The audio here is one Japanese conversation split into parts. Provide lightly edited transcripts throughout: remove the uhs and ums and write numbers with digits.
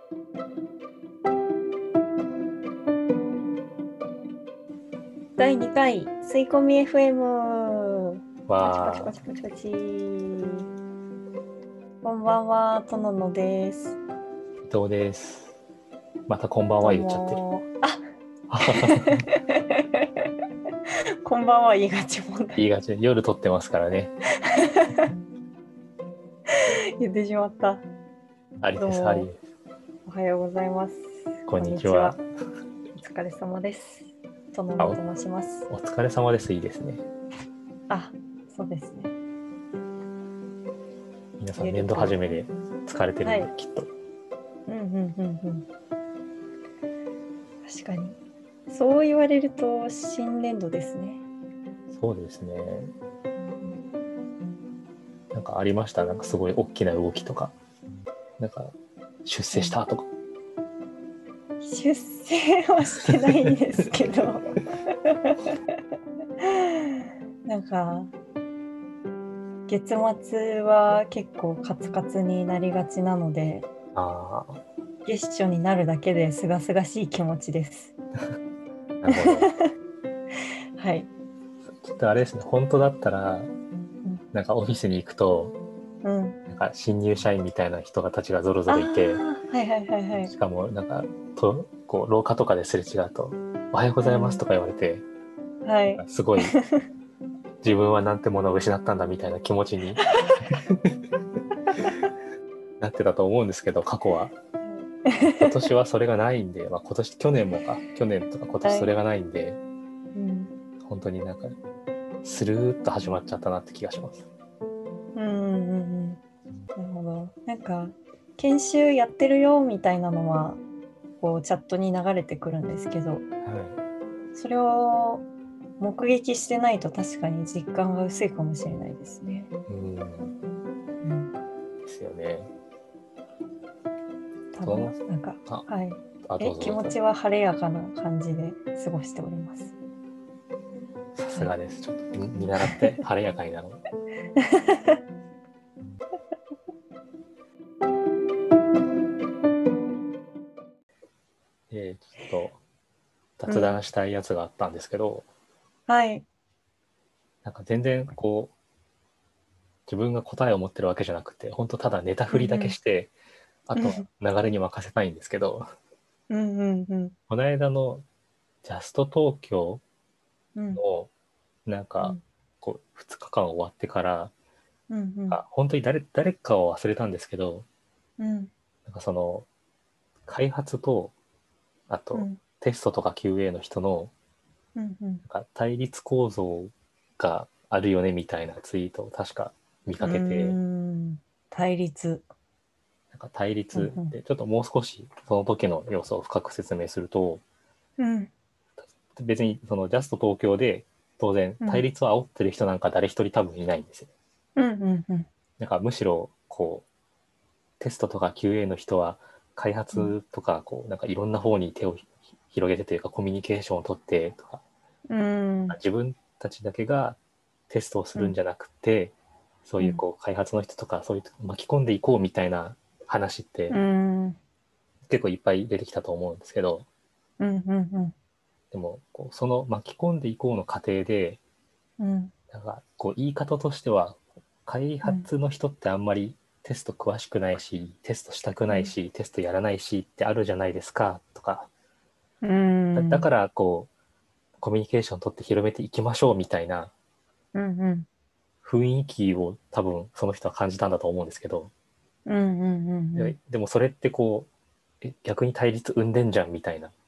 第2回吸い込み FM パチパわチパチパチパチ。こんばんは、とののです。 伊藤です。またこんばんどうは言っちゃってる。 もこんばんは言いがち問題。 言いがち、夜撮ってますからね。 言ってしまった。 ありです、 どうもありです。 おはようございます。 こんにちは。 お疲れ様です。とのあのと申します。 お疲れ様です。いいですね。 あ、そうですね。 皆さん年度初めで疲れてるんで、 はいきっと。 確かに。そう言われると新年度ですね。 そうですね。なんかありました？なんかすごい大きな動きとか。なんか出世したとか。 出世はしてないんですけどなんか月末は結構カツカツになりがちなので、 あ月初になるだけで清々しい気持ちです。 あ、なるほど。 はい。 きっとあれですね。本当だったら、なんかオフィスに行くと、なんか新入社員みたいな人たちがぞろぞろいて、しかもなんかこう廊下とかですれ違うと「おはようございます」とか言われて、 はい。 すごい自分はなんてものを失ったんだみたいな気持ちになってたと思うんですけど、過去は。今年はそれがないんで、去年とか今年それがないんで、本当になんかスルーッと始まっちゃったなって気がします。 なるほど。なんか研修やってるよみたいなのはこうチャットに流れてくるんですけど、 はい、 それを目撃してないと確かに実感が薄いかもしれないですね。 ですよね。 多分なんか気持ちは晴れやかな感じで過ごしております。 さすがです。ちょっと見習って晴れやかになろう。ちょっと雑談したいやつがあったんですけど、なんか全然こう自分が答えを持ってるわけじゃなくて、本当ただネタ振りだけして、あとは流れに任せたいんですけど、この間のジャスト東京のなんかこう2日間終わってから、本当に誰かを忘れたんですけど、なんかその開発とあとテストとか QA の人のなんか対立構造があるよねみたいなツイートを確か見かけて、 対立なんか対立でちょっともう少しその時の様子を深く説明すると、別にそのジャスト東京で当然対立を煽ってる人なんか誰一人多分いないんですよ。なんかむしろこうテストとか QA の人は開発とかこうなんかいろんな方に手を広げてというかコミュニケーションを取ってとか、自分たちだけがテストをするんじゃなくて、そういうこう開発の人とかそういう巻き込んでいこうみたいな話って結構いっぱい出てきたと思うんですけど、でもこうその巻き込んでいこうの過程で、なんかこう言い方としては開発の人ってあんまりテスト詳しくないし、テストしたくないし、テストやらないしってあるじゃないですかとか、だからこうコミュニケーション取って広めていきましょうみたいな雰囲気を多分その人は感じたんだと思うんですけど、でもそれってこう逆に対立生んでんじゃんみたいな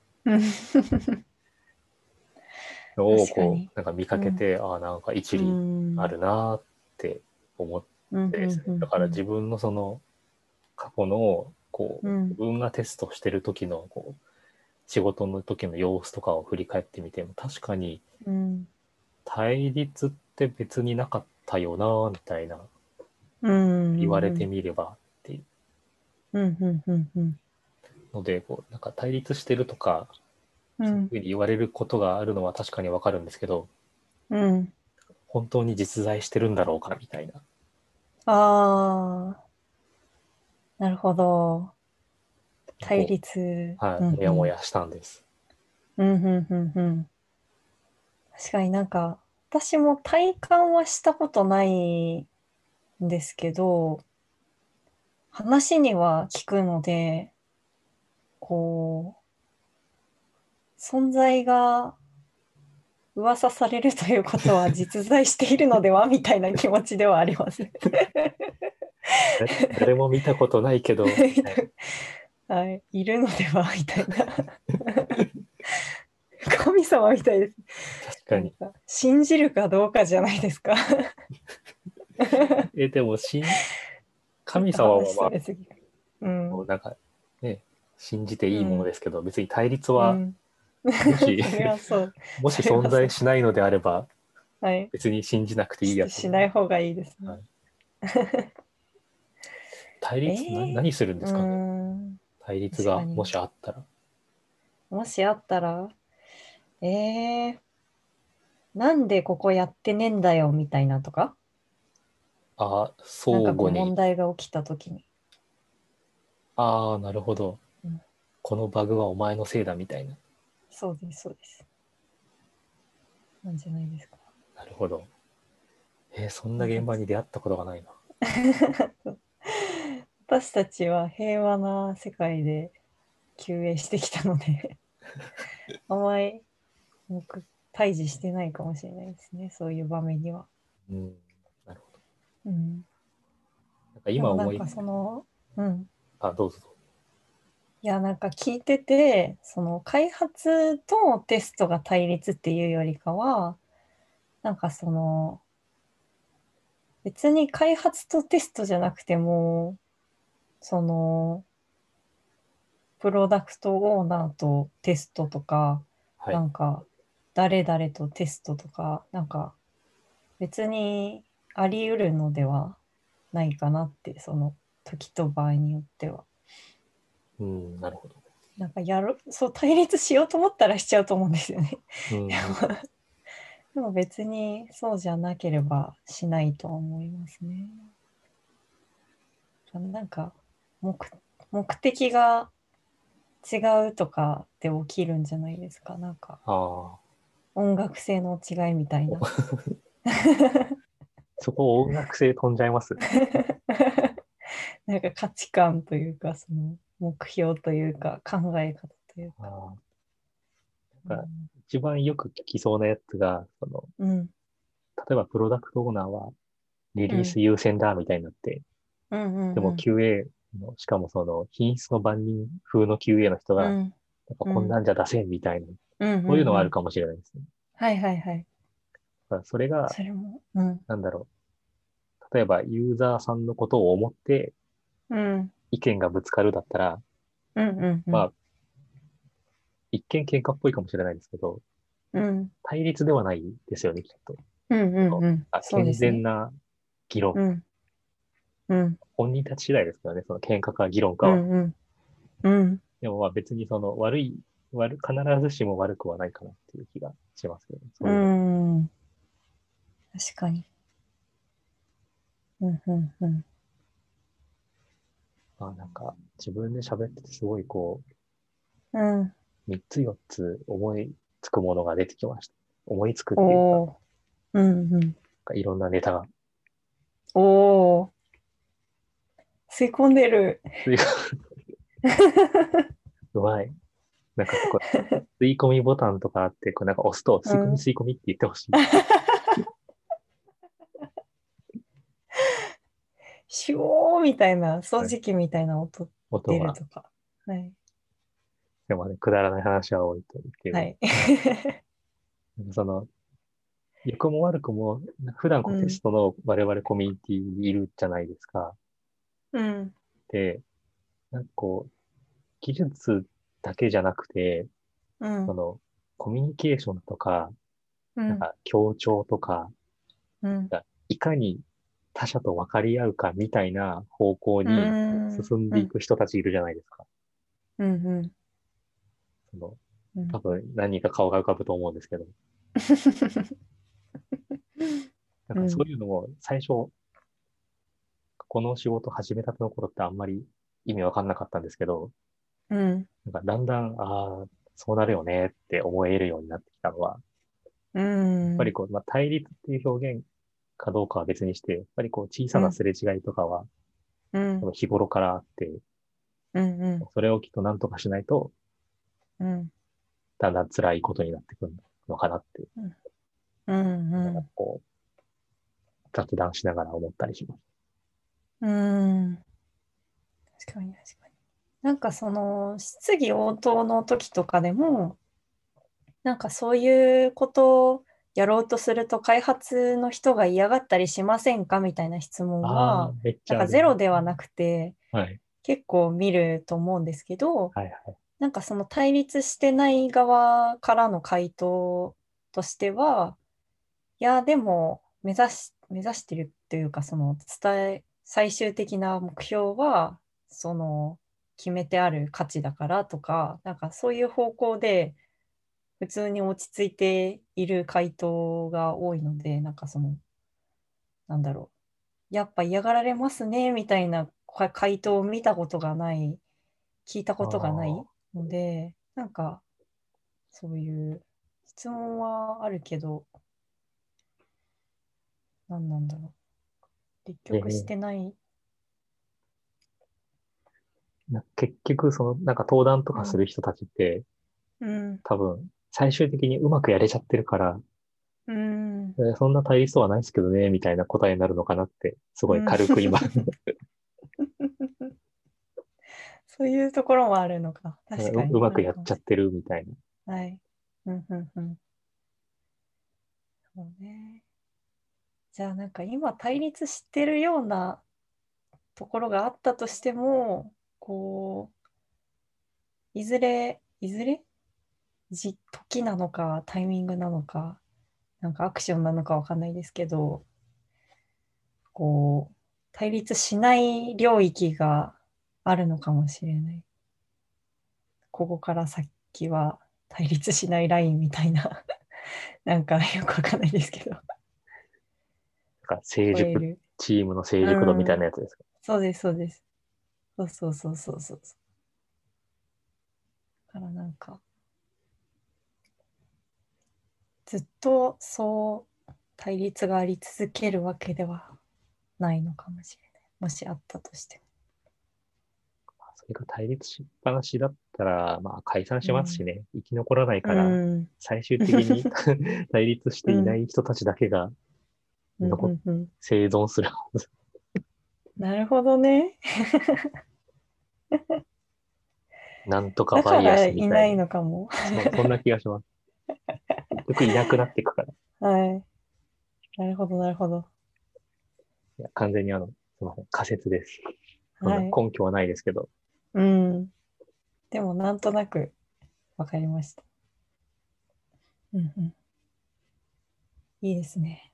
のをこうなんか見かけて、ああなんか一理あるなって思ってですね。だから自分のその過去のこう自分がテストしてる時のこう仕事の時の様子とかを振り返ってみても、確かに対立って別になかったよなみたいな、言われてみればっていうので、こうなんか対立してるとかそういうふうに言われることがあるのは確かにわかるんですけど、本当に実在してるんだろうかみたいな。 なるほど。 対立。 はい、 うんもやもやしたんです。 うん。うんうんうんうん。確かになんか、私も体感はしたことないんですけど、話には聞くので、こう、存在が噂されるということは実在しているのではみたいな気持ちではあります。 誰も見たことないけど、はい、 はい、いるのではみたいな。神様みたいです。 確かに。 なんか、信じるかどうかじゃないですか。 でもちょっと神様は話それすぎる。うん。 なんかね、信じていいものうん。 ですけど、別に対立は、 うん。 もしそれはそう。 もし存それはそう。 在しないのであれば、 はい。 別に信じなくていいちょっとやと。 しない方がいいですね。 はい、対え立何するんでうーすかね。 ん。 対立確かに。 がもしあったら。 もしあったら、えー、なんでここやってねえんだよみたいなとか、 あ、 なんかこう相互に。 問題が起きたときに。 ああ、なるほど。 うん、 このバグはお前のせいだみたいな。 そうです、そうです。なんじゃないですか。 なるほど。そんな開発。 現場に出会ったことがないな。 私たちは平和な世界で救援してきたのであまり僕対峙してないかもしれないですね、そういう場面には。 うん。なるほど。 うん。 なんかでも今思い、 うん。 あ、どうぞどうぞ。 いや、なんか聞いてて、その開発とテストが対立っていうよりかは、なんかその、別に開発とテストじゃなくても、その、プロダクトオーナーとテストとか、 はい。 なんか、誰々とテストとか、なんか、別にあり得るのではないかなって、その時と場合によっては。 うん、なるほど。 なんかそう、対立しようと思ったらしちゃうと思うんですよね。 うん。 でも別にそうじゃなければしないと思いますね。なんか目、目的が違うとかって起きるんじゃないですか。なんかああ、 音楽性の違いみたいおな。 そこ音楽性飛んじゃいます。 なんか価値観というか、その目標というか考え方というか。 ああ、なんかうん。 一番よく聞きそうなやつが、 うん。 例えばプロダクトオーナーはリリースうん。 優先だみたいになって、 うん。 でもうん。 QA の、しかもその品質の番人風の QA の人が、 うん。 なんかうん。 こんなんじゃ出せんみたいな、 うん。 そういううん。 のはあるかもしれないですね。 はいはいはい。 だからそれが、 それも。うん。 なんだろう。例えばユーザーさんのことを思ってうん。 意見がぶつかるだったら、 うん。うん。うん。 まあ、一見喧嘩っぽいかもしれないですけど、 うん。 対立ではないですよね、きっと。 うん。うん。うん。そうで健すね。 全な議論。 うん。うん。 本人たち次第ですからね、その喧嘩か議論かは。 うん。うん。うん。 でもまあ別にその必ずしも悪くはないかなっていう気がしますけどね、そうういうの。 ん。確かに。うん。うん。うん。 まあなんか自分で喋っててすごいうん。 3つ4つ思いつくものが出てきました。思いつくっていうか、 おー。うん。うん。 いろんなネタが。 おー。吸い込んでる。 うまい。なんか吸い込みボタンとかあって、なんか押すと、吸い込みうん。 吸い込みって言ってほしい。 シューみたいな、掃はい、 除機みたいな音音が。 出るとか。はい。 でもね、くだらない話は置いといて、 はい。 その、良くも悪くも、普段テスうん。 トの我々コミュニティにいるじゃないですか。 うん。 で、なんか技術だけじゃなくて、 うん。 コミュニケーションとか、 うん。 なんか協調とか、 うん。 いかに他者と分かり合うかみたいな方向うにん。 進んでいうん。 く人たちいるじゃないですか。 うん。 その、 うん。 多分何人か顔が浮かぶと思うんですけど、なんかそううん。 いうのも最初、この仕事始めたての頃ってあんまり意味わかんなかったんですけど、 うん。 なんかだんだん、ああ、そうなるよねって思えるようになってきたのは、 うん。 やっぱりこう、まあ、対立っていう表現かどうかは別にして、やっぱりこう、小さなうん。 すれ違いとかは、 うん。 多分日頃からあって、 うん。うん。 それをきっと何とかしないと、 うん。 だんだん辛いことになってくるのかなっていううん。うん。うのが、 ん。 こう、雑談しながら思ったりします。 うん。確かに確かに。なんかその質疑応答の時とかでも、なんかそういうことをやろうとすると開発の人が嫌がったりしませんかみたいな質問ああ、 は、 めっちゃある。 なんかゼロではなくてはい。 結構見ると思うんですけど、 はいはい。 なんかその対立してない側からの回答としては、いや、でも目指してるっていうか、その最終的な目標は、その決めてある価値だからとか、なんかそういう方向で普通に落ち着いている回答が多いので、なんかその、なんだろう、やっぱ嫌がられますね、みたいな回答を見たことがない、聞いたあことがないあ、 ので、なんかそういう質問はあるけど、何なんだろう。立脚しええ、 てない。 結局、なんか登壇とうん。 かする人たちって、 うん。 多分、最終的にうまくやれちゃってるから、 うん。 そんな対立とはないですけどね、みたいな答えになるのかなって、すごいうん。 軽く今そういうところもあるのか。確かにうまくやっあるかもしちゃってるみたいな。 れない。はい。うん。うん。うん。そうね。じゃあなんか今対立してるようなところがあったとしても、こいずれ時なのかタイミングなのか、なんかアクションなのかわかんないですけど、こう、対立しない領域があるのかもしれない。ここから先は対立しないラインみたいな、なんかよくわかんないですけど、 なんか成熟、 超える。 チームの成う熟度みたいなん。 やつですか。 そうです、そうです。そうそうそうそうそう。だからなんか、ずっとそう対立があり続けるわけではないのかもしれない。もしあったとしてそれが対立しっぱなしだったら、まあ解散しも。 ますしね。生き残らないうから、 ん。 最終的に対立していなうん。 い人たちだけがうん。う残っん。うん。 生存する。 なるほどね。 なんとかだかバイアらいないスみたいな。 のかも。 そんな気がします。結局いなくなっていくから。いはい。なるほど、なるほど。 や、完全にすみません。仮説です。そんなはい。 根拠はないですけど。 うん。でも、なんとなくわかりました。うんうん。いいですね。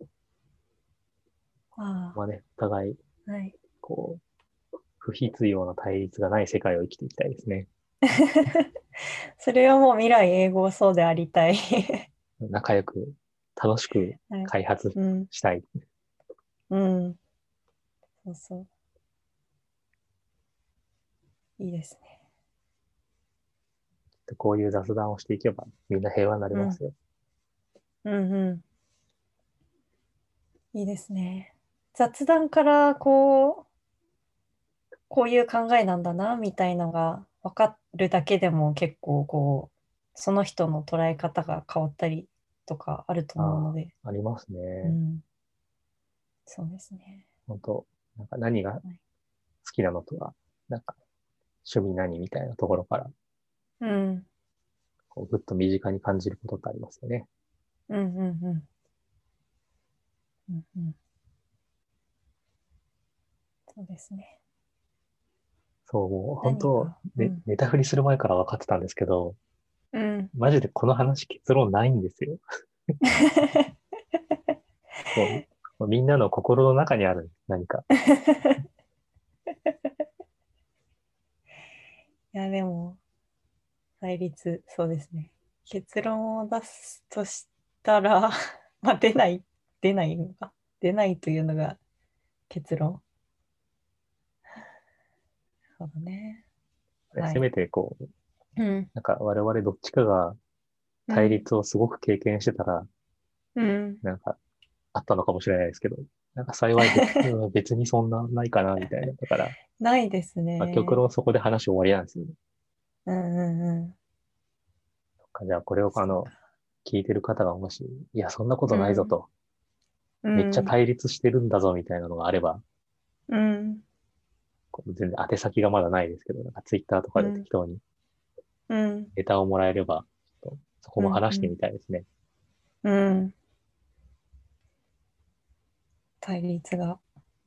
あまあね、お互い、 あ、はい。 こう、不必要な対立がない世界を生きていきたいですね。 それはもう未来永劫そうでありたい。 仲良く、楽しくはい。 開発うん。 したい。 うん。そうそう。いいですね。 こういう雑談をしていけば、みんな平和になりうん。 ますよ。 うんうん。いいですね。雑談からこういう考えなんだな、みたいのが分かるだけでも結構その人の捉え方が変わったりとかあると思うのあで、 あ、ありますね。 うん、そうですね。 本当なんか何が好はい。 きなのとか、なんか趣味何みたいなところから、 うん、 ぐっと身近に感じることってありますよね。 うん、うん、うん、うん、うん。そうですね。 そう、もう本当、 何が、うん、 ネタ振りする前から分かってたんですけど、 うん。 マジでこの話結論ないんですよ。もう、もうみんなの心の中にある何か。 いや、でも、対立、そうですね。結論を出すとしたら、まあ、出ないのか。出ないというのが結論。そうだね。 せめてこう、 うんなんか我々どっちかが対立をすごく経験してたら、 うん。 なんかあったのかもしれないですけど、なんか幸い別にそんなないかなみたいな。だから、 ないですまあ、極ね。 論そこで話終わりなんですよね。 うんうんうん。 じゃあこれを聞いてる方がもし、いや、そんなことないぞと、 うめっちゃん対立してるんだぞみたいなのがあれば、 うん全然宛先がまだないですけど、なんかツイッターとかでうん適当にうんネタをもらえれば、ちょっとそこうも話してみんたいですね。 うん。対立が。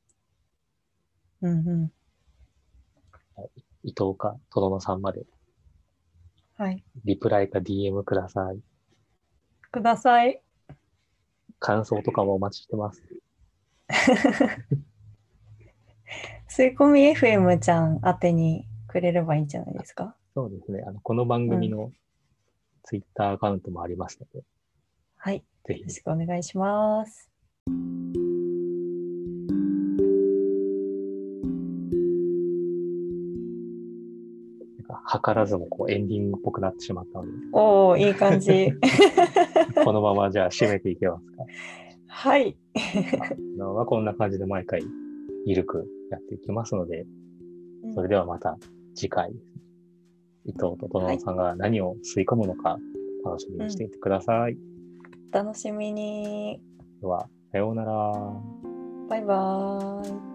うんうん。 伊藤か、とどのさんまで、 はい。 リプライか DM ください。 ください。 感想とかもお待ちしてます。 吸い込み FM ちゃん宛てにくれればいいんじゃないですか。 そうですね。この番うん。 組のツイッターアカウントもありますので、 はい。よぜひ、 ろしくお願いします。 図らずもエンディングっぽくなってしまったので、 おー、いい感じ。 このままじゃあ締めていけますか。 はい。 こんな感じで毎回、ゆるくやっていきますので、それではまた次回、伊藤ととのさんが何を吸い込むのか楽しみにしていてください。 楽しみに。 では、さようなら。 バイバーイ。